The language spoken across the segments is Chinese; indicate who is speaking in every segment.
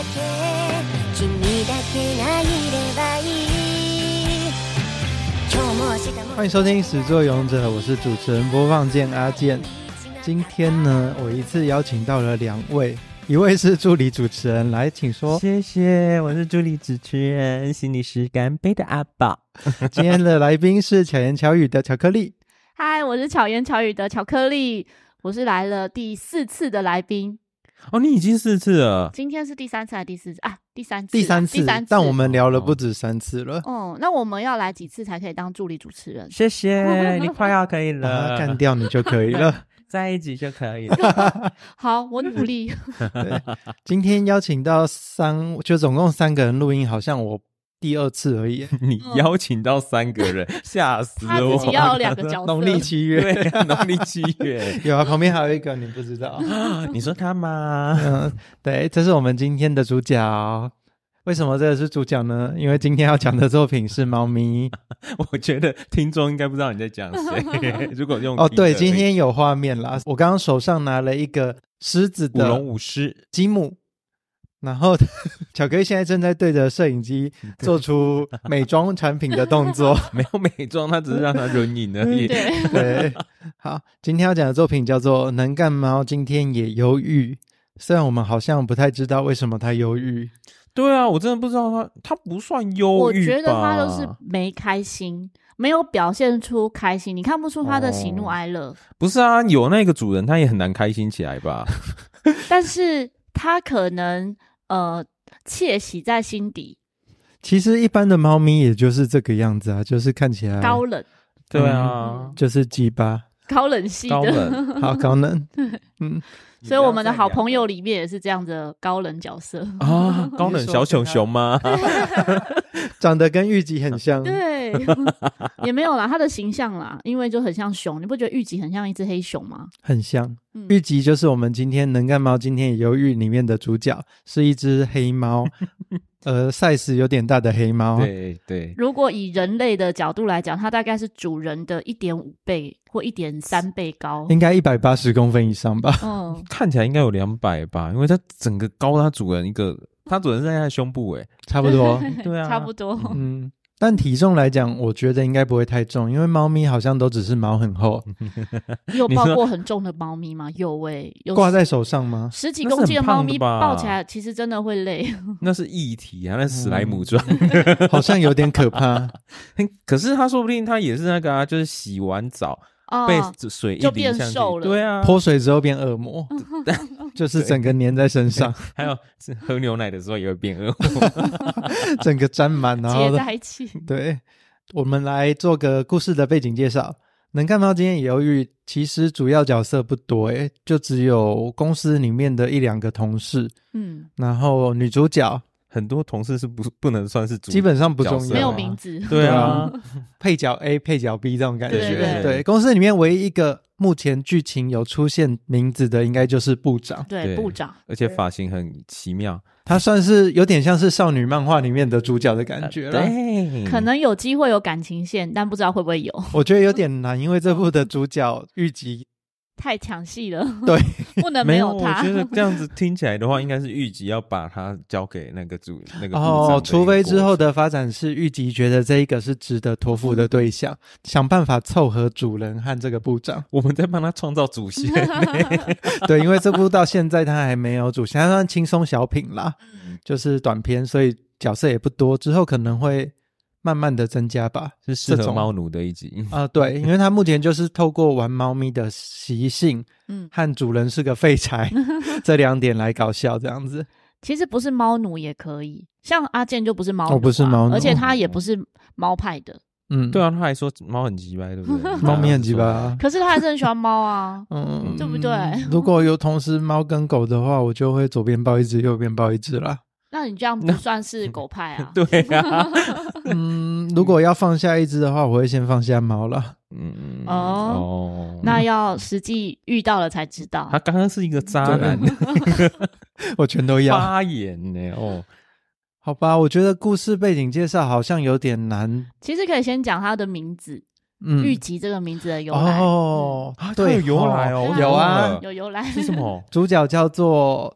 Speaker 1: け君だけがいればいい今日も明日も
Speaker 2: 欢迎收听始作俑者，我是主持人播放键阿健。今天呢，我一次邀请到了2位，一位是助理主持人，来请说。
Speaker 3: 谢谢，我是助理主持人，心里是干杯的阿宝。
Speaker 2: 今天的来宾是巧言巧语的巧克力。
Speaker 4: 嗨，我是巧言巧语的巧克力，我是来了第4次的来宾。
Speaker 3: 哦，你已经4次了，
Speaker 4: 今天是第3次还是第4次啊？第三次，
Speaker 2: 但我们聊了不止3次了。
Speaker 4: 哦，那我们要来几次才可以当助理主持人？
Speaker 3: 谢谢你快要可以
Speaker 2: 把
Speaker 3: 了，
Speaker 2: 它干掉你就可以了。
Speaker 3: 在一起就可以了。
Speaker 4: 好，我努力。
Speaker 2: 对，今天邀请到就总共3个人录音，好像我第2次而已。
Speaker 3: 你邀请到3个人，吓死
Speaker 4: 他
Speaker 3: 我！
Speaker 4: 自己要有2个角色。
Speaker 2: 农历7月，
Speaker 3: 对，农历7月
Speaker 2: 有啊，旁边还有一个你不知道。
Speaker 3: 你说他吗？
Speaker 2: 对，这是我们今天的主角。为什么这个是主角呢？因为今天要讲的作品是猫咪。
Speaker 3: 我觉得听众应该不知道你在讲谁。如果用
Speaker 2: 对，今天有画面啦。我刚刚手上拿了一个狮子的
Speaker 3: 舞龙舞狮
Speaker 2: 积木，然后巧克力现在正在对着摄影机做出美妆产品的动作。
Speaker 3: 没有美妆，他只是让它轮影而已。
Speaker 2: 对，好，今天要讲的作品叫做《能干猫今天也忧郁》。虽然我们好像不太知道为什么它忧郁。
Speaker 3: 对啊，我真的不知道他不算忧郁吧？
Speaker 4: 我觉得他就是没开心，没有表现出开心，你看不出他的喜怒哀乐。
Speaker 3: 不是啊，有那个主人他也很难开心起来吧？
Speaker 4: 但是他可能窃喜在心底。
Speaker 2: 其实一般的猫咪也就是这个样子啊，就是看起来
Speaker 4: 高冷。
Speaker 3: 对啊，
Speaker 2: 就是鸡巴
Speaker 4: 高冷系的，
Speaker 3: 高冷，
Speaker 2: 好高冷。
Speaker 4: 所以我们的好朋友里面也是这样的高冷角色
Speaker 3: 啊，高冷小熊熊吗？
Speaker 2: 长得跟玉吉很像。
Speaker 4: 对，也没有啦，他的形象啦，因为就很像熊，你不觉得玉吉很像一只黑熊吗？
Speaker 2: 很像。玉吉就是我们今天能干猫今天也忧郁里面的主角，是一只黑猫。size 有点大的黑猫。
Speaker 3: 对对，
Speaker 4: 如果以人类的角度来讲，它大概是主人的 1.5 倍或 1.3 倍高，
Speaker 2: 应该180公分以上吧。
Speaker 3: 看起来应该有200吧，因为它整个高它主人它主人在它的胸部
Speaker 2: 差不多。
Speaker 3: 对啊，
Speaker 4: 差不多。
Speaker 2: 但体重来讲我觉得应该不会太重，因为猫咪好像都只是毛很厚。
Speaker 4: 你有抱过很重的猫咪吗？有有
Speaker 2: 挂在手上吗
Speaker 4: ？10几公斤的猫咪抱起来其实真的会累。
Speaker 3: 那是液体啊，那是史莱姆状。
Speaker 2: 好像有点可怕。
Speaker 3: 可是他说不定他也是那个啊，就是洗完澡被水一淋上去，对啊，
Speaker 2: 泼水之后变恶魔。就是整个粘在身上。
Speaker 3: 还有喝牛奶的时候也会变恶魔。
Speaker 2: 整个沾满，然后
Speaker 4: 结在一起。
Speaker 2: 对，我们来做个故事的背景介绍。能干猫今天也忧郁，其实主要角色不多就只有公司里面的1-2个同事。然后女主角
Speaker 3: 很多同事是不能算是主角，
Speaker 2: 基本上不重要，
Speaker 4: 没有名字。
Speaker 3: 对啊，
Speaker 2: 配角 A 配角 B 这种感觉。
Speaker 4: 对，
Speaker 2: 公司里面唯一一个目前剧情有出现名字的应该就是部长。
Speaker 4: 对，部长，
Speaker 3: 而且发型很奇妙，
Speaker 2: 他算是有点像是少女漫画里面的主角的感觉了。
Speaker 3: 对，
Speaker 4: 可能有机会有感情线，但不知道会不会有。
Speaker 2: 我觉得有点难，因为这部的主角玉吉
Speaker 4: 太抢戏了。
Speaker 2: 对，
Speaker 4: 不能没有他。
Speaker 3: 我觉得这样子听起来的话，应该是玉吉要把他交给那个部长。
Speaker 2: 除非之后的发展是玉吉觉得这一个是值得托付的对象，想办法凑合主人和这个部长。
Speaker 3: 我们在帮他创造主线。
Speaker 2: 对，因为这部到现在他还没有主线，他算轻松小品啦，就是短片，所以角色也不多，之后可能会慢慢的增加吧。
Speaker 3: 是适合猫奴的一集。
Speaker 2: 对，因为他目前就是透过玩猫咪的习性和主人是个废柴这2点来搞笑这样子。
Speaker 4: 其实不是猫奴也可以，像阿健就不是猫奴，
Speaker 2: 不是猫奴，
Speaker 4: 而且他也不是猫派的。
Speaker 3: 对啊，他还说猫很鸡掰，对不对？
Speaker 2: 猫咪很鸡掰，
Speaker 4: 可是他还是很喜欢猫啊。对不对？
Speaker 2: 如果有同时猫跟狗的话，我就会左边抱一只右边抱一只啦。
Speaker 4: 那你这样不算是狗派啊。
Speaker 3: 对啊。
Speaker 2: 如果要放下一只的话，我会先放下猫啦。
Speaker 4: 那要实际遇到了才知道。
Speaker 3: 他刚刚是一个渣男。
Speaker 2: 我全都要
Speaker 3: 发言呢。
Speaker 2: 好吧，我觉得故事背景介绍好像有点难。
Speaker 4: 其实可以先讲他的名字。玉吉这个名字的由来。
Speaker 2: 对，
Speaker 3: 有由来
Speaker 2: 有啊，
Speaker 4: 有由来。
Speaker 3: 是什么？
Speaker 2: 主角叫做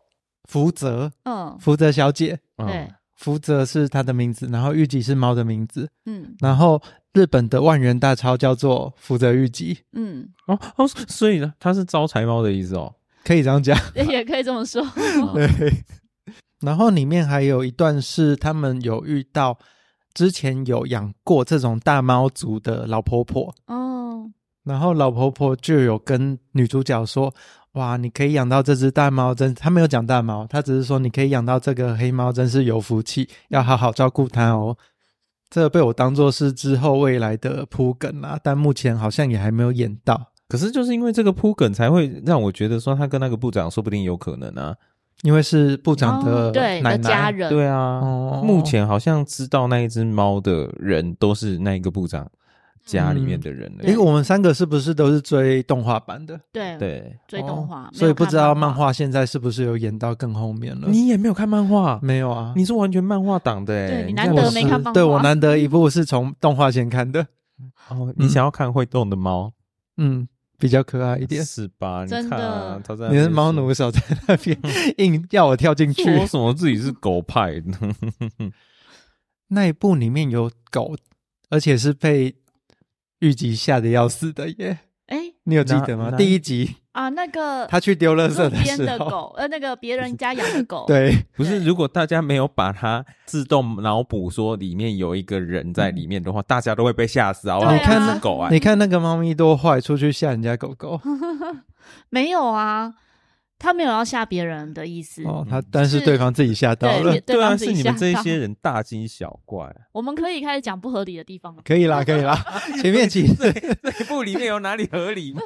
Speaker 2: 福泽，福泽小姐，
Speaker 4: 对，
Speaker 2: 福泽是她的名字，然后玉吉是猫的名字，然后日本的万元大钞叫做福泽玉吉，
Speaker 3: 所以呢，它是招财猫的意思哦，
Speaker 2: 可以这样讲，
Speaker 4: 也可以这么说。
Speaker 2: 对，然后里面还有一段是他们有遇到之前有养过这种大猫族的老婆婆然后老婆婆就有跟女主角说，哇，你可以养到这只大猫她没有讲大猫，她只是说你可以养到这个黑猫真是有福气，要好好照顾它哦。这个被我当作是之后未来的铺梗啦，但目前好像也还没有演到。
Speaker 3: 可是就是因为这个铺梗才会让我觉得说他跟那个部长说不定有可能啊，
Speaker 2: 因为是部长的奶奶，
Speaker 4: 的家人。
Speaker 3: 对啊，目前好像知道那一只猫的人都是那一个部长家里面的人了。
Speaker 2: 我们3个是不是都是追动画版的？
Speaker 4: 对，追动画，
Speaker 2: 所以不知道漫画现在是不是有演到更后面了。
Speaker 3: 你也没有看漫画？
Speaker 2: 没有啊，
Speaker 3: 你是完全漫画党的
Speaker 4: 对，你难得没看漫画。
Speaker 2: 对，我难得一部是从动画先看的。
Speaker 3: 你想要看会动的猫？
Speaker 2: 比较可爱一点，
Speaker 3: 是吧？
Speaker 4: 真的，
Speaker 2: 你是猫奴手在那边硬要我跳进去，
Speaker 3: 说什么自己是狗派的？
Speaker 2: 那一部里面有狗，而且是被玉吉吓得要死的耶。你有记得吗？第一集
Speaker 4: 啊，那个
Speaker 2: 他去丢垃圾的
Speaker 4: 时候，的狗，那个别人家养的狗，
Speaker 2: 对，
Speaker 3: 不是，如果大家没有把它自动脑补说里面有一个人在里面的话，大家都会被吓死啊！
Speaker 2: 你看
Speaker 3: 那狗啊，
Speaker 2: 你看那个猫咪多坏，出去吓人家狗狗，
Speaker 4: 没有啊。他没有要吓别人的意思
Speaker 2: 但是对方自己吓到了。
Speaker 3: 对啊，是你们这些人大惊小怪。
Speaker 4: 我们可以开始讲不合理的地方了。
Speaker 2: 可以啦，可以啦。前面几
Speaker 3: 这一部里面有哪里合理吗？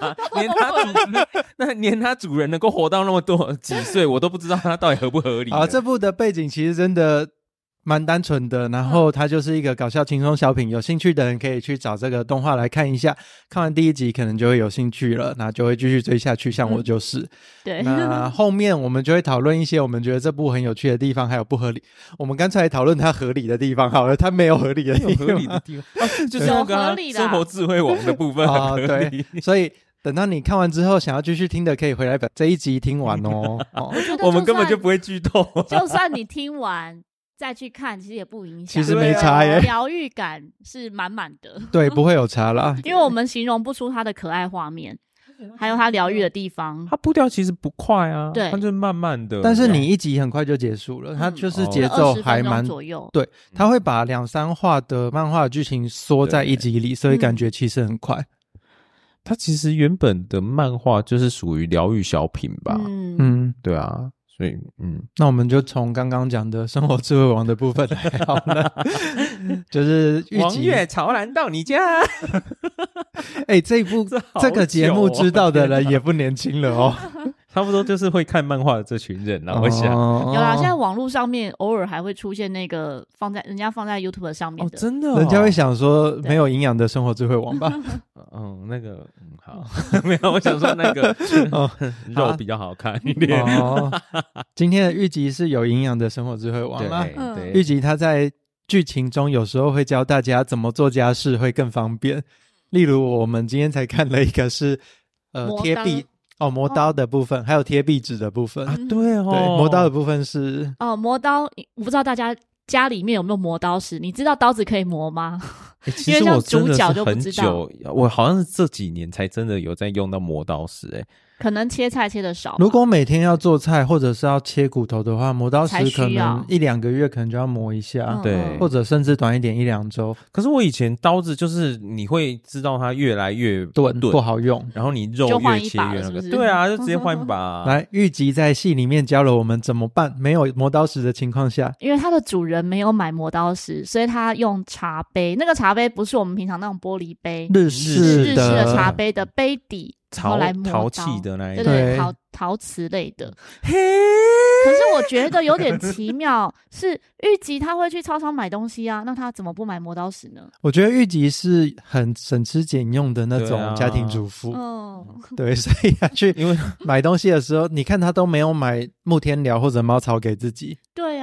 Speaker 3: 连他主人能够活到那么多几岁，我都不知道他到底合不合理。
Speaker 2: 这部的背景其实真的蛮单纯的，然后它就是一个搞笑轻松小品，有兴趣的人可以去找这个动画来看一下，看完第一集可能就会有兴趣了，那就会继续追下去，像我就是
Speaker 4: 对。
Speaker 2: 那后面我们就会讨论一些我们觉得这部很有趣的地方，还有不合理，我们干脆来讨论它合理的地方好了，它没有合理的地方，
Speaker 3: 有合理的地方就是那个生活智慧网的部分
Speaker 2: 对，所以等到你看完之后想要继续听的可以回来把这一集听完
Speaker 3: 我们根本就不会剧透
Speaker 4: 就算你听完再去看其实也不影响，
Speaker 2: 其实没差耶，
Speaker 4: 疗愈感是满满的。
Speaker 2: 对，不会有差啦
Speaker 4: 因为我们形容不出它的可爱画面还有它疗愈的地方。
Speaker 3: 它步调其实不快啊，
Speaker 4: 对，
Speaker 3: 它就是慢慢的，
Speaker 2: 但是你一集很快就结束了，它就是节奏还蛮
Speaker 4: 左右。
Speaker 2: 对，它会把2-3话的漫画的剧情缩在一集里，所以感觉其实很快。
Speaker 3: 它其实原本的漫画就是属于疗愈小品吧。对啊，所以
Speaker 2: 那我们就从刚刚讲的生活智慧王的部分来好了就是
Speaker 3: 王月潮蓝到你家
Speaker 2: 这一部这个节目知道的人也不年轻了哦
Speaker 3: 差不多就是会看漫画的这群人啦，我想
Speaker 4: 有啦，现在网络上面偶尔还会出现那个人家放在 YouTube 上面的
Speaker 3: 真的
Speaker 2: 人家会想说没有营养的生活智慧王吧
Speaker 3: 那个好没有，我想说那个肉比较好看一点
Speaker 2: 今天的玉吉是有营养的生活智慧王啦，玉吉他在剧情中有时候会教大家怎么做家事会更方便，例如我们今天才看了一个是贴壁磨刀的部分还有贴壁纸的部分
Speaker 3: 对
Speaker 2: 磨刀的部分是
Speaker 4: 磨刀，我不知道大家家里面有没有磨刀石，你知道刀子可以磨吗？
Speaker 3: 其实我真的是很久，我好像是这几年才真的有在用到磨刀石
Speaker 4: 可能切菜切的少，
Speaker 2: 如果每天要做菜或者是要切骨头的话，磨刀石可能1-2个月可能就要磨一下，
Speaker 3: 对，
Speaker 2: 或者甚至短一点1-2周。
Speaker 3: 可是我以前刀子就是你会知道它越来越钝
Speaker 2: 不好用，
Speaker 3: 然后你肉越切越那个，对啊，就直接换一把
Speaker 2: 来，玉吉在戏里面教了我们怎么办没有磨刀石的情况下，
Speaker 4: 因为它的主人没有买磨刀石，所以他用茶杯，那个茶杯不是我们平常那种玻璃杯，
Speaker 2: 日式
Speaker 4: 的茶杯的杯底
Speaker 3: 陶器的那一种，
Speaker 4: 对，陶瓷类的。可是我觉得有点奇妙是玉吉他会去超商买东西啊，那他怎么不买磨刀石呢？
Speaker 2: 我觉得玉吉是很省吃俭用的那种家庭主妇，对，所以他去买东西的时候你看他都没有买木天蓼或者猫草给自己，
Speaker 4: 对啊，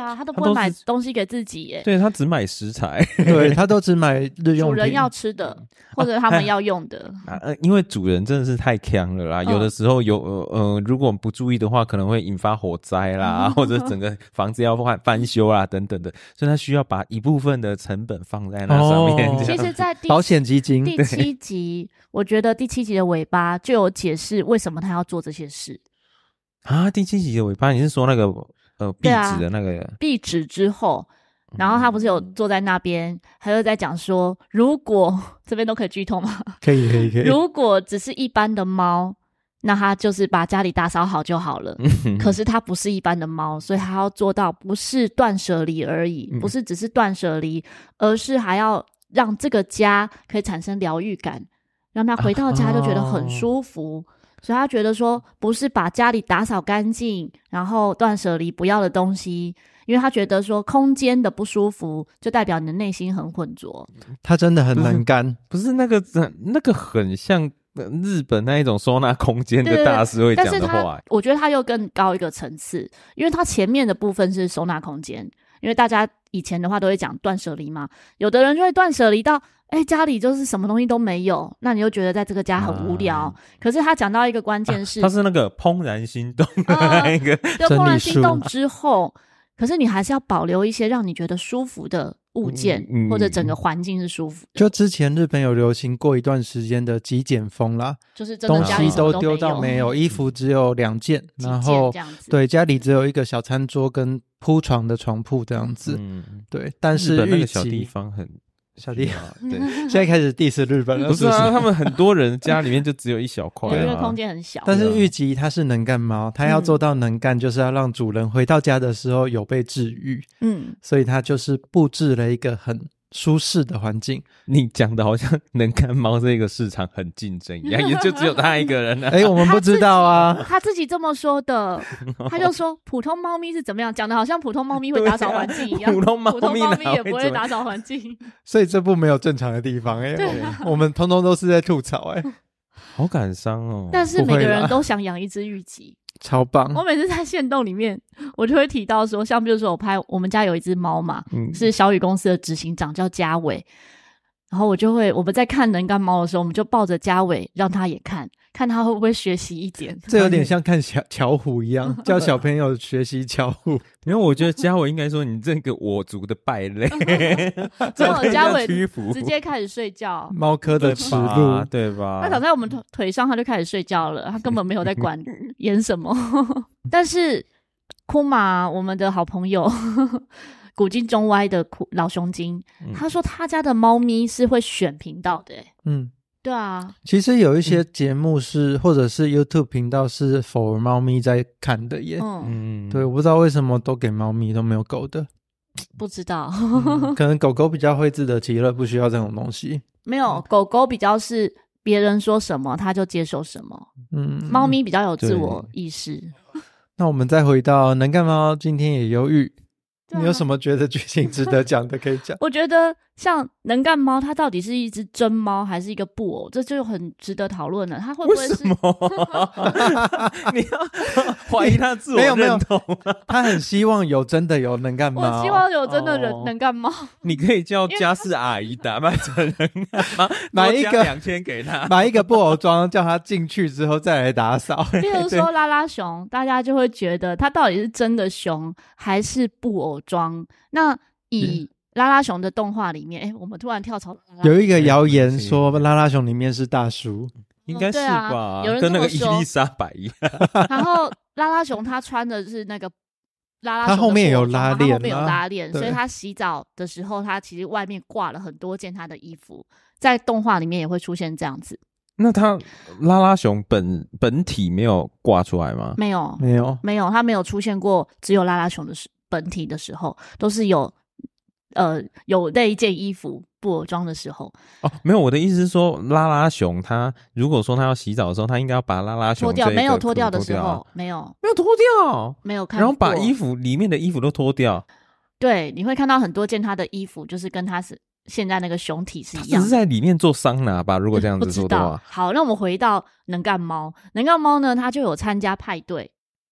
Speaker 4: 啊，他都不会买东西给自己耶。
Speaker 3: 对，他只买食材，
Speaker 2: 对，他都只买日用品，
Speaker 4: 主人要吃的或者他们要用的。
Speaker 3: 因为主人真的是太强了啦，有的时候如果不注意的话，可能会引发火灾啦，或者整个房子要翻修啦等等的，所以他需要把一部分的成本放在那上面。
Speaker 4: 其实在
Speaker 2: 保险基金
Speaker 4: 第7集，我觉得第7集的尾巴就有解释为什么他要做这些事
Speaker 3: 啊。第7集的尾巴，你是说那个壁纸的那个
Speaker 4: 壁纸之后，然后他不是有坐在那边，他就在讲说，如果这边都可以剧透吗？
Speaker 2: 可以。
Speaker 4: 如果只是一般的猫，那他就是把家里打扫好就好了。可是他不是一般的猫，所以他要做到不是断舍离而已，不是只是断舍离，而是还要让这个家可以产生疗愈感，让他回到家就觉得很舒服。所以他觉得说，不是把家里打扫干净，然后断舍离不要的东西，因为他觉得说空间的不舒服就代表你的内心很浑浊。
Speaker 2: 他真的很能干，
Speaker 3: 不是那个很像日本那一种收纳空间的大师会讲的话。
Speaker 4: 我觉得他又更高一个层次，因为他前面的部分是收纳空间，因为大家以前的话都会讲断舍离嘛，有的人就会断舍离到家里就是什么东西都没有，那你就觉得在这个家很无聊。可是他讲到一个关键是，
Speaker 3: 他是那个怦然心动的那个，
Speaker 4: 对，怦然心动之后，可是你还是要保留一些让你觉得舒服的物件，或者整个环境是舒服的。
Speaker 2: 就之前日本有流行过一段时间的极简风啦，
Speaker 4: 就是真的
Speaker 2: 东西都丢到没有，衣服只有2件，然后对，家里只有一个小餐桌跟铺床的床铺这样子。对，但是
Speaker 3: 日本那个小地方很
Speaker 2: 小地方，对，现在开始 diss 日本了。
Speaker 3: 不是啊，他们很多人家里面就只有一小块，
Speaker 4: 因为空间很小。
Speaker 2: 但是玉吉他是能干猫，他要做到能干，就是要让主人回到家的时候有被治愈。所以他就是布置了一个很舒适的环境。
Speaker 3: 你讲的好像能干猫这个市场很竞争一样，也就只有他一个人啊。
Speaker 2: 我们不知道啊，
Speaker 4: 他自己这么说的，他就说普通猫咪是怎么样，讲的好像普通猫咪会打扫环境一样。普通猫咪也不会打扫环境，
Speaker 2: 所以这部没有正常的地方。我们通通都是在吐槽。
Speaker 3: 好感伤哦。
Speaker 4: 但是每个人都想养一只玉吉，
Speaker 2: 超棒。
Speaker 4: 我每次在限动里面我就会提到说，像比如说我们家有一只猫嘛，是小雨公司的执行长叫嘉伟，然后我们在看能干猫的时候，我们就抱着嘉伟让他也看他会不会学习一点。
Speaker 2: 这有点像看巧虎一样，叫小朋友学习巧虎。
Speaker 3: 因为我觉得嘉伟应该说，你这个我族的败类。
Speaker 4: 结果嘉伟直接开始睡觉，
Speaker 2: 猫科的耻辱，
Speaker 3: 对吧？
Speaker 4: 他躺在我们腿上，他就开始睡觉了，他根本没有在管演什么。但是库玛，我们的好朋友古今中歪的老熊精，他说他家的猫咪是会选频道的。对啊，
Speaker 2: 其实有一些节目是或者是 YouTube 频道是 for 猫咪在看的耶。对，我不知道为什么都给猫咪都没有狗的，
Speaker 4: 不知道。
Speaker 2: 可能狗狗比较会自得其乐，不需要这种东西。
Speaker 4: 没有，狗狗比较是别人说什么他就接受什么。猫咪比较有自我意识。
Speaker 2: 那我们再回到能干猫今天也忧郁，你有什么觉得剧情值得讲的可以讲？
Speaker 4: 我觉得像能干猫，它到底是一只真猫还是一个布偶，这就很值得讨论了。它会不会是？
Speaker 3: 为什么？你要怀疑它自我认同？
Speaker 2: 他很希望真的有能干猫。
Speaker 4: 我希望有真的能干猫。
Speaker 3: 你可以叫家事阿姨打扮成能干猫，
Speaker 2: 买一个
Speaker 3: 2000给他，
Speaker 2: 买一个布偶装，叫他进去之后再来打扫。
Speaker 4: 比如说拉拉熊，大家就会觉得它到底是真的熊还是布偶装？那以拉拉熊的动画里面，我们突然跳槽
Speaker 2: 有一个谣言说拉拉熊里面是大叔，
Speaker 3: 应该是吧？
Speaker 4: 有人
Speaker 3: 跟那个伊丽莎白一样。
Speaker 4: 然后拉拉熊他穿的是那个拉拉熊的，
Speaker 2: 他后面有拉链，
Speaker 4: 他后面有拉链，所以他洗澡的时候，他其实外面挂了很多件他的衣服，在动画里面也会出现这样子。
Speaker 3: 那他拉拉熊本体没有挂出来吗？
Speaker 4: 没有，他没有出现过，只有拉拉熊的本体的时候，都是有那一件衣服布偶装的时候。
Speaker 3: 没有，我的意思是说，拉拉熊他如果说他要洗澡的时候，他应该要把拉拉熊
Speaker 4: 脱掉，没有脱掉的时候，没有
Speaker 3: 脱掉，
Speaker 4: 没有看过，
Speaker 3: 然后把里面的衣服都脱掉。
Speaker 4: 对，你会看到很多件他的衣服，就是跟他是现在那个熊体是一样的。
Speaker 3: 他只是在里面做桑拿吧？如果这样子说的话。
Speaker 4: 好，那我们回到能干猫。能干猫呢，他就有参加派对。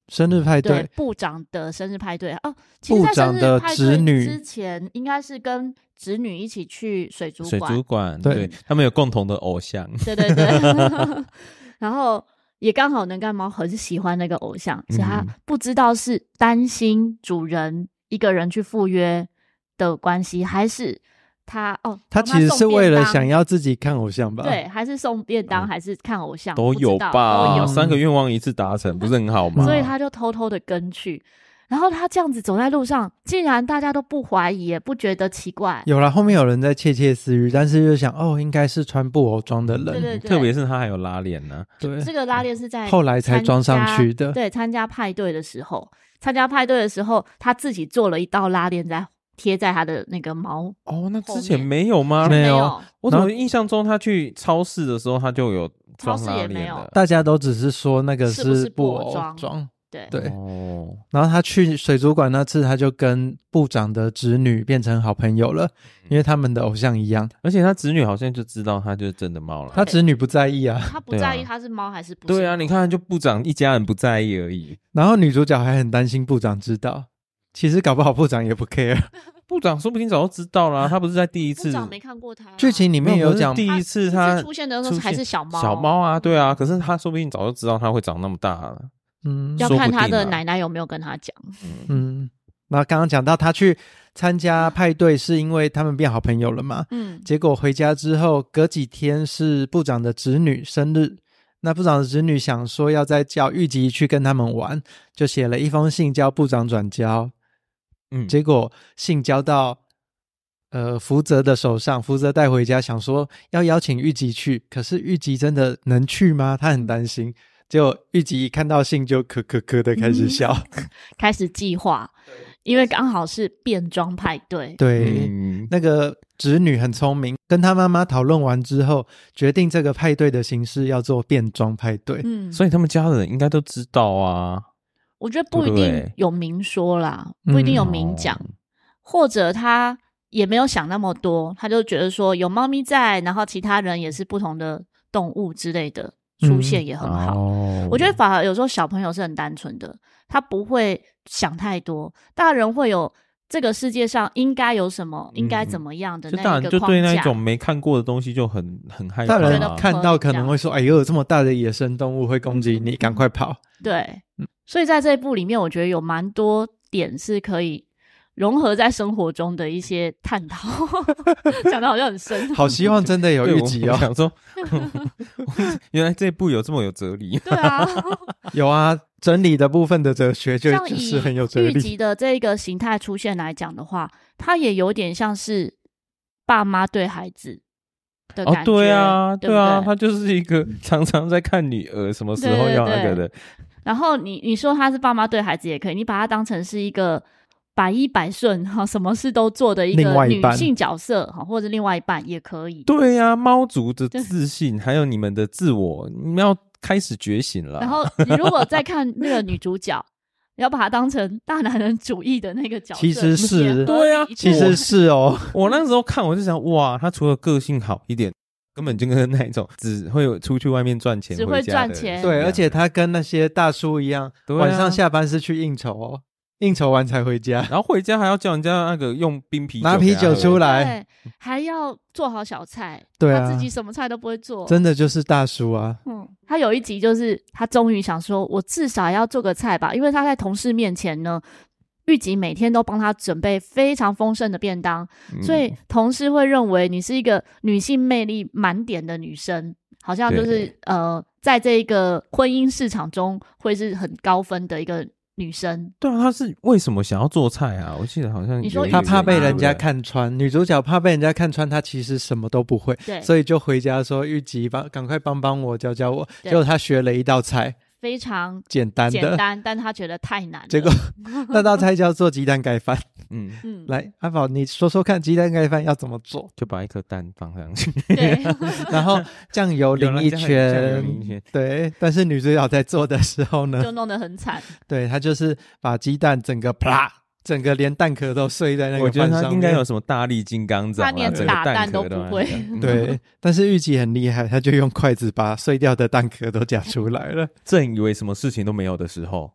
Speaker 2: 生日派对，
Speaker 4: 部长的生日派对哦。其实在生日派对之前，应该是跟侄女一起去水族馆，
Speaker 3: 对，他们有共同的偶像，
Speaker 4: 对然后也刚好能干猫很喜欢那个偶像，所以他不知道是担心主人一个人去赴约的关系，还是他
Speaker 2: 其实是为了想要自己看偶像吧？
Speaker 4: 对，还是送便当，还是看偶像，
Speaker 3: 都有吧？都有3个愿望一次达成，不是很好吗？
Speaker 4: 所以他就偷偷的跟去。然后他这样子走在路上，竟然大家都不怀疑，也不觉得奇怪。
Speaker 2: 有啦，后面有人在窃窃私语，但是就想应该是穿布偶装的人。
Speaker 4: 对，
Speaker 3: 特别是他还有拉链呢。
Speaker 2: 对，
Speaker 4: 这个拉链是在
Speaker 2: 后来才装上去的。
Speaker 4: 对，参加派对的时候，他自己做了一道拉链贴在他的那个毛。
Speaker 3: 那之前没有吗？
Speaker 2: 没有。
Speaker 3: 我怎么印象中他去超市的时候他就有装拉链了？
Speaker 4: 超市也没有。
Speaker 2: 大家都只是说那个
Speaker 4: 是
Speaker 2: 布偶装。对，然后他去水族馆那次，他就跟部长的侄女变成好朋友了，因为他们的偶像一样。
Speaker 3: 而且他侄女好像就知道他就是真的猫了，
Speaker 2: 他侄女不在意啊，
Speaker 4: 他不在意他是猫还是不是？
Speaker 3: 对啊，你看就部长一家人不在意而已。
Speaker 2: 然后女主角还很担心部长知道，其实搞不好部长也不 care。
Speaker 3: 部长说不定早就知道啦，他不是在第一次。
Speaker 4: 部长没看过他。
Speaker 2: 剧情里面有讲，
Speaker 3: 第一次他
Speaker 4: 出现的时候还是小
Speaker 3: 猫啊，对啊。可是他说不定早就知道他会长那么大了。
Speaker 4: 要看他的奶奶有没有跟他讲。
Speaker 2: 那刚刚讲到他去参加派对是因为他们变好朋友了嘛。结果回家之后隔几天是部长的侄女生日，那部长的侄女想说要再叫玉吉去跟他们玩，就写了一封信叫部长转交。结果信交到福泽的手上，福泽带回家想说要邀请玉吉去，可是玉吉真的能去吗？他很担心。结果玉吉一看到信就咳咳咳的开始笑，
Speaker 4: 开始计划，因为刚好是变装派对。
Speaker 2: 对，那个侄女很聪明，跟她妈妈讨论完之后，决定这个派对的形式要做变装派对。
Speaker 3: 所以他们家的人应该都知道啊。
Speaker 4: 我觉得不一定有明说啦，不一定有明讲，或者他也没有想那么多，他就觉得说有猫咪在，然后其他人也是不同的动物之类的出现也很好。我觉得反而有时候小朋友是很单纯的，他不会想太多，大人会有这个世界上应该有什么，应该怎么样的那一个框架。
Speaker 3: 就对那种没看过的东西就很害怕。
Speaker 2: 大人看到可能会说：“哎呦，这么大的野生动物会攻击你，赶快跑！”
Speaker 4: 对，所以在这一部里面，我觉得有蛮多点是可以融合在生活中的一些探讨。讲得好像很深，
Speaker 2: 好希望真的有玉吉哦。
Speaker 3: 想说，原来这一部有这么有哲理。
Speaker 4: 对啊，
Speaker 2: 有啊，整理的部分的哲学就是很有哲理。
Speaker 4: 玉吉的这个形态出现来讲的话，它也有点像是爸妈对孩子的感觉。
Speaker 3: 对啊，
Speaker 4: 对啊，
Speaker 3: 他就是一个常常在看女儿什么时候要那个的。
Speaker 4: 然后你说他是爸妈对孩子也可以，你把它当成是一个百依百顺什么事都做的一个女性角色或者另外一半也可以。
Speaker 3: 对啊，猫族的自信还有你们的自我，你们要开始觉醒了。
Speaker 4: 然后你如果再看那个女主角，你要把她当成大男人主义的那个角色，
Speaker 2: 其实是
Speaker 3: 对啊，
Speaker 2: 其实是哦。
Speaker 3: 我那时候看我就想，哇，她除了个性好一点，根本就跟那种只会出去外面赚钱
Speaker 4: 只会赚钱。
Speaker 2: 对，而且她跟那些大叔一样，晚上下班是去应酬哦，应酬完才回家，
Speaker 3: 然后回家还要叫人家那个用冰啤酒
Speaker 2: 拿啤酒出来，
Speaker 4: 对，还要做好小菜。
Speaker 2: 对啊，
Speaker 4: 他自己什么菜都不会做，
Speaker 2: 真的就是大叔啊。
Speaker 4: 他有一集就是他终于想说，我至少要做个菜吧，因为他在同事面前呢，玉吉每天都帮他准备非常丰盛的便当，所以同事会认为你是一个女性魅力满点的女生，好像就是在这个婚姻市场中会是很高分的一个女生。
Speaker 3: 对啊，她是为什么想要做菜啊？我记得好像
Speaker 4: 你说
Speaker 2: 她怕被人家看穿，女主角怕被人家看穿她其实什么都不会，所以就回家说玉吉赶快帮我教教我。结果她学了一道菜，
Speaker 4: 非常
Speaker 2: 简单，
Speaker 4: 但她觉得太难了。
Speaker 2: 结果那道菜叫做鸡蛋盖饭。来，阿宝你说说看，鸡蛋盖饭要怎么做？
Speaker 3: 就把一颗蛋放上去，
Speaker 4: 对，
Speaker 2: 然后酱油淋一圈，对。但是女主角在做的时候呢，
Speaker 4: 就弄得很惨。
Speaker 2: 对，她就是把鸡蛋整个啪，整个连蛋壳都碎在那个饭上面。
Speaker 3: 我觉得她应该有什么大力金刚掌，
Speaker 4: 她连打蛋都不会。
Speaker 2: 对，但是玉吉很厉害，她就用筷子把碎掉的蛋壳都夹出来了。
Speaker 3: 正以为什么事情都没有的时候，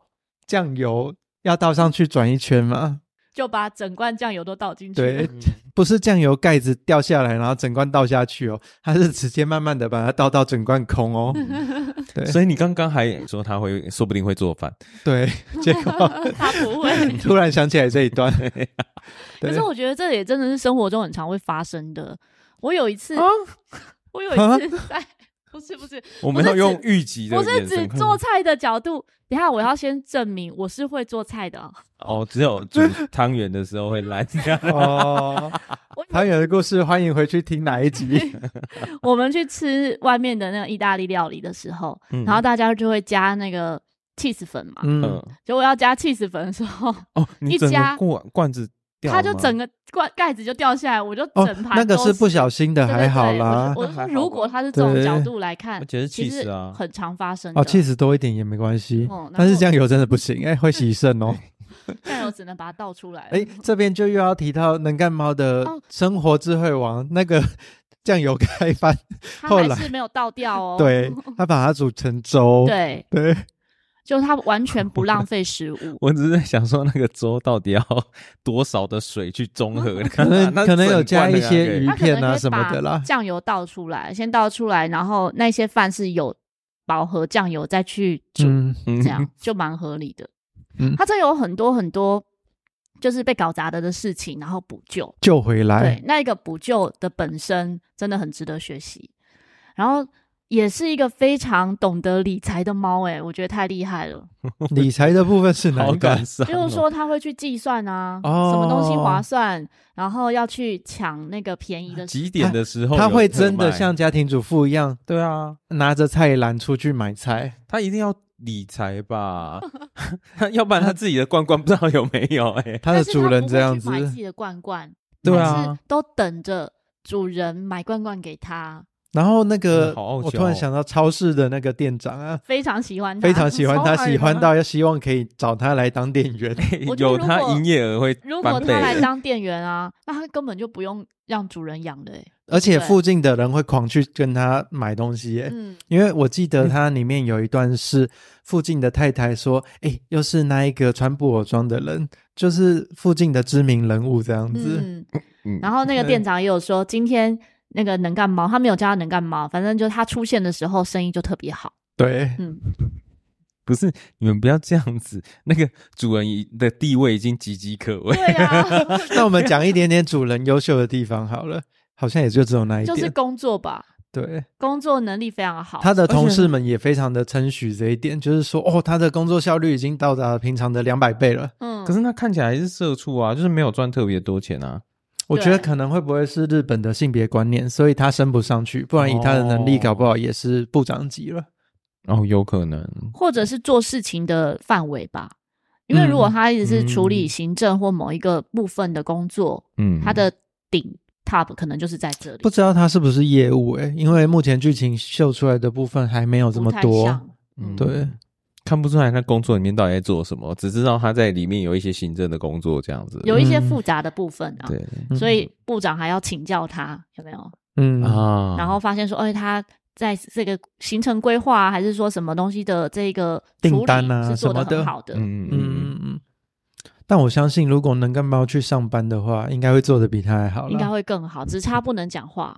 Speaker 2: 酱油要倒上去转一圈嘛，
Speaker 4: 就把整罐酱油都倒进去。
Speaker 2: 对，不是酱油盖子掉下来然后整罐倒下去哦，它是直接慢慢的把它倒到整罐空哦。对，
Speaker 3: 所以你刚刚还说他说不定会做饭，
Speaker 2: 对，结果
Speaker 4: 他不会。
Speaker 2: 突然想起来这一段。
Speaker 4: 可是我觉得这也真的是生活中很常会发生的。我有一次在不是，
Speaker 3: 我们要用预期的眼神看，
Speaker 4: 不是指做菜的角度。等一下我要先证明我是会做菜的
Speaker 3: 哦，只有煮汤圆的时候会烂
Speaker 2: 哦。汤圆的故事欢迎回去听哪一集。
Speaker 4: 我们去吃外面的那个意大利料理的时候，然后大家就会加那个 cheese 粉嘛，结果要加 cheese 粉的时候，
Speaker 3: 你整个罐子掉
Speaker 4: 它就整个盖子就掉下来，我就整盘
Speaker 2: 那个是不小心的，还好啦。
Speaker 4: 我说如果它是这种角度来看，
Speaker 3: 其实
Speaker 4: 很常发生的。
Speaker 2: cheese 多一点也没关系，但是酱油真的不行，会洗肾哦。
Speaker 4: 酱油只能把它倒出来。
Speaker 2: 这边就又要提到能干猫的生活智慧王，那个酱油盖饭，
Speaker 4: 他还是没有倒掉哦。
Speaker 2: 对，他把它煮成粥。
Speaker 4: 对，就他完全不浪费食物。
Speaker 3: 我只是在想说，那个粥到底要多少的水去中和？可
Speaker 2: 能有加一些鱼片啊什么的啦。
Speaker 4: 酱油倒出来，先倒出来，然后那些饭是有饱和酱油再去煮，这样就蛮合理的。他这有很多很多就是被搞砸的事情，然后补救
Speaker 2: 回来。
Speaker 4: 对，那一个补救的本身真的很值得学习。然后也是一个非常懂得理财的猫，我觉得太厉害了。
Speaker 2: 理财的部分是哪一个？
Speaker 4: 比如说他会去计算啊，什么东西划算，然后要去抢那个便宜的
Speaker 3: 几点的时候，
Speaker 2: 他会真的像家庭主妇一样，
Speaker 3: 对啊，
Speaker 2: 拿着菜篮出去买菜。
Speaker 3: 他一定要理财吧，要不然他自己的罐罐不知道有没有。
Speaker 2: 他的主人这样子，
Speaker 4: 他不会去买自己的罐罐，
Speaker 2: 对啊，
Speaker 4: 是都等着主人买罐罐给他。
Speaker 2: 然后那个我突然想到超市的那个店长啊，
Speaker 4: 非常喜欢他，
Speaker 2: 非常喜欢他，喜欢到要希望可以找他来当店员。
Speaker 3: 有他营业额会翻倍。
Speaker 4: 如果他来当店员啊，那他根本就不用让主人养的。
Speaker 2: 而且附近的人会狂去跟他买东西因为我记得他里面有一段是附近的太太说又是那一个穿布偶装的人，就是附近的知名人物这样子。
Speaker 4: 然后那个店长也有说，今天那个能干猫，他没有叫他能干猫，反正就他出现的时候生意就特别好。
Speaker 2: 对，
Speaker 3: 不是，你们不要这样子，那个主人的地位已经岌岌可危。
Speaker 4: 对啊。
Speaker 2: 那我们讲一点点主人优秀的地方好了，好像也就只有那一点，
Speaker 4: 就是工作吧。
Speaker 2: 对，
Speaker 4: 工作能力非常好，
Speaker 2: 他的同事们也非常的称许这一点，就是说他的工作效率已经到达了平常的200倍了。
Speaker 3: 可是他看起来还是社畜啊，就是没有赚特别多钱啊。
Speaker 2: 我觉得可能会不会是日本的性别观念，所以他升不上去，不然以他的能力搞不好也是部长级了。
Speaker 3: 有可能，
Speaker 4: 或者是做事情的范围吧。因为如果他一直是处理行政或某一个部分的工作，他的顶 top 可能就是在这里。
Speaker 2: 不知道他是不是业务因为目前剧情秀出来的部分还没有这么多。对，
Speaker 3: 看不出来他工作里面到底在做什么，只知道他在里面有一些行政的工作这样子，
Speaker 4: 有一些复杂的部分
Speaker 3: 对，
Speaker 4: 所以部长还要请教他有没有然后发现说他在这个行程规划还是说什么东西的这个
Speaker 2: 订单啊
Speaker 4: 是做得很好的。
Speaker 2: 但我相信如果能干猫去上班的话，应该会做得比他还好啦，
Speaker 4: 应该会更好，只差不能讲话。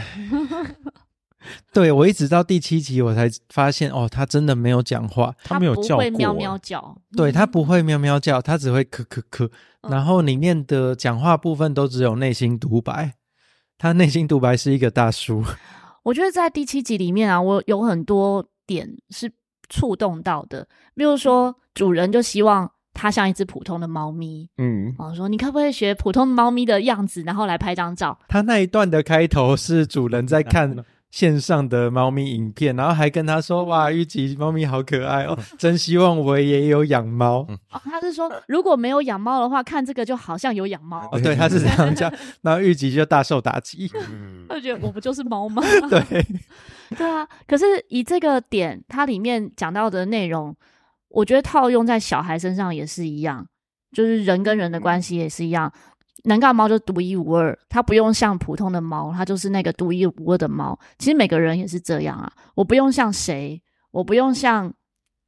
Speaker 2: 对，我一直到第7集我才发现他真的没有讲话，
Speaker 3: 他没有叫过，
Speaker 4: 他不会喵喵叫。
Speaker 2: 对，他不会喵喵叫，他只会咳咳咳然后里面的讲话部分都只有内心独白，他内心独白是一个大叔。
Speaker 4: 我觉得在第7集里面啊，我有很多点是触动到的，比如说主人就希望它像一只普通的猫咪，说你可不可以学普通猫咪的样子，然后来拍张照。
Speaker 2: 他那一段的开头是主人在看线上的猫咪影片，然后还跟他说哇，玉吉猫咪好可爱真希望我也有养猫。
Speaker 4: 他是说如果没有养猫的话，看这个就好像有养猫。
Speaker 2: 对，他是这样讲。然后玉吉就大受打击，
Speaker 4: 他就觉得我不就是猫吗？对啊。可是以这个点，它里面讲到的内容，我觉得套用在小孩身上也是一样，就是人跟人的关系也是一样。能干猫就独一无二，它不用像普通的猫，它就是那个独一无二的猫。其实每个人也是这样啊，我不用像谁，我不用像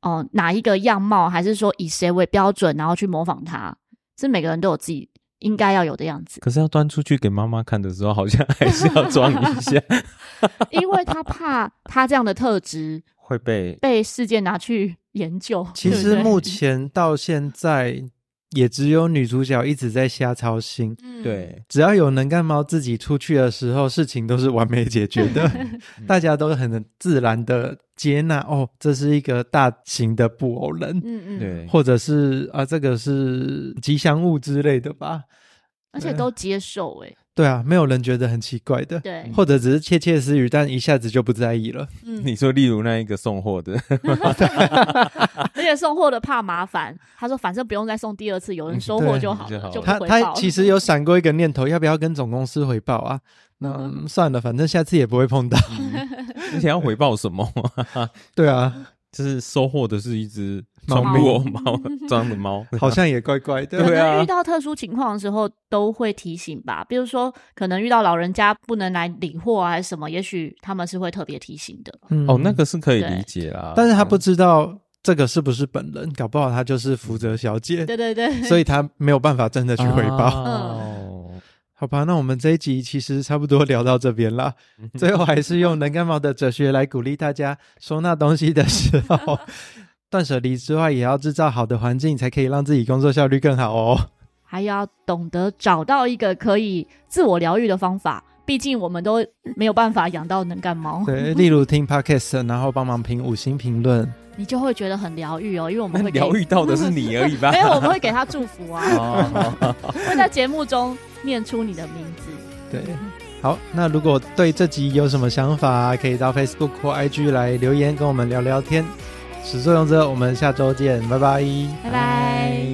Speaker 4: 哪一个样貌，还是说以谁为标准然后去模仿他，是每个人都有自己应该要有的样子。
Speaker 3: 可是要端出去给妈妈看的时候，好像还是要装一下
Speaker 4: 因为他怕他这样的特质
Speaker 3: 会
Speaker 4: 被世界拿去研究。
Speaker 2: 其实目前到现在也只有女主角一直在瞎操心，
Speaker 3: 对，
Speaker 2: 只要有能干猫自己出去的时候，事情都是完美解决的大家都很自然的接纳这是一个大型的布偶人，
Speaker 3: 对，
Speaker 2: 或者是这个是吉祥物之类的吧，
Speaker 4: 而且都接受
Speaker 2: 对啊，没有人觉得很奇怪的，
Speaker 4: 对，
Speaker 2: 或者只是窃窃私语，但一下子就不在意了。
Speaker 3: 你说例如那一个送货的
Speaker 4: 而且送货的怕麻烦，他说反正不用再送第二次，有人收货就好了，就不回报。
Speaker 2: 他其实有闪过一个念头，要不要跟总公司回报啊？那算了，反正下次也不会碰到。
Speaker 3: 而且要回报什么
Speaker 2: 对啊，
Speaker 3: 就是收获的是一只装布偶猫装的猫，
Speaker 2: 好像也怪怪的。
Speaker 3: 对啊，
Speaker 4: 遇到特殊情况的时候都会提醒吧，比如说可能遇到老人家不能来领货还是什么，也许他们是会特别提醒的。
Speaker 3: 那个是可以理解啦，
Speaker 2: 但是他不知道这个是不是本人，搞不好他就是福泽小姐。
Speaker 4: 对对对，
Speaker 2: 所以他没有办法真的去回报。好吧，那我们这一集其实差不多聊到这边啦。最后还是用能干猫的哲学来鼓励大家，收纳东西的时候断舍离之外，也要制造好的环境，才可以让自己工作效率更好哦。
Speaker 4: 还要懂得找到一个可以自我疗愈的方法，毕竟我们都没有办法养到能干猫。
Speaker 2: 对，例如听 podcast 然后帮忙评5星评论，
Speaker 4: 你就会觉得很疗愈哦，因为我们会
Speaker 3: 疗愈到的是你而已吧？
Speaker 4: 没有，我们会给他祝福啊会在节目中念出你的名字。
Speaker 2: 对，好，那如果对这集有什么想法，可以到 Facebook 或 IG 来留言跟我们聊聊天。始作俑者，我们下周见，拜拜，
Speaker 4: 拜拜。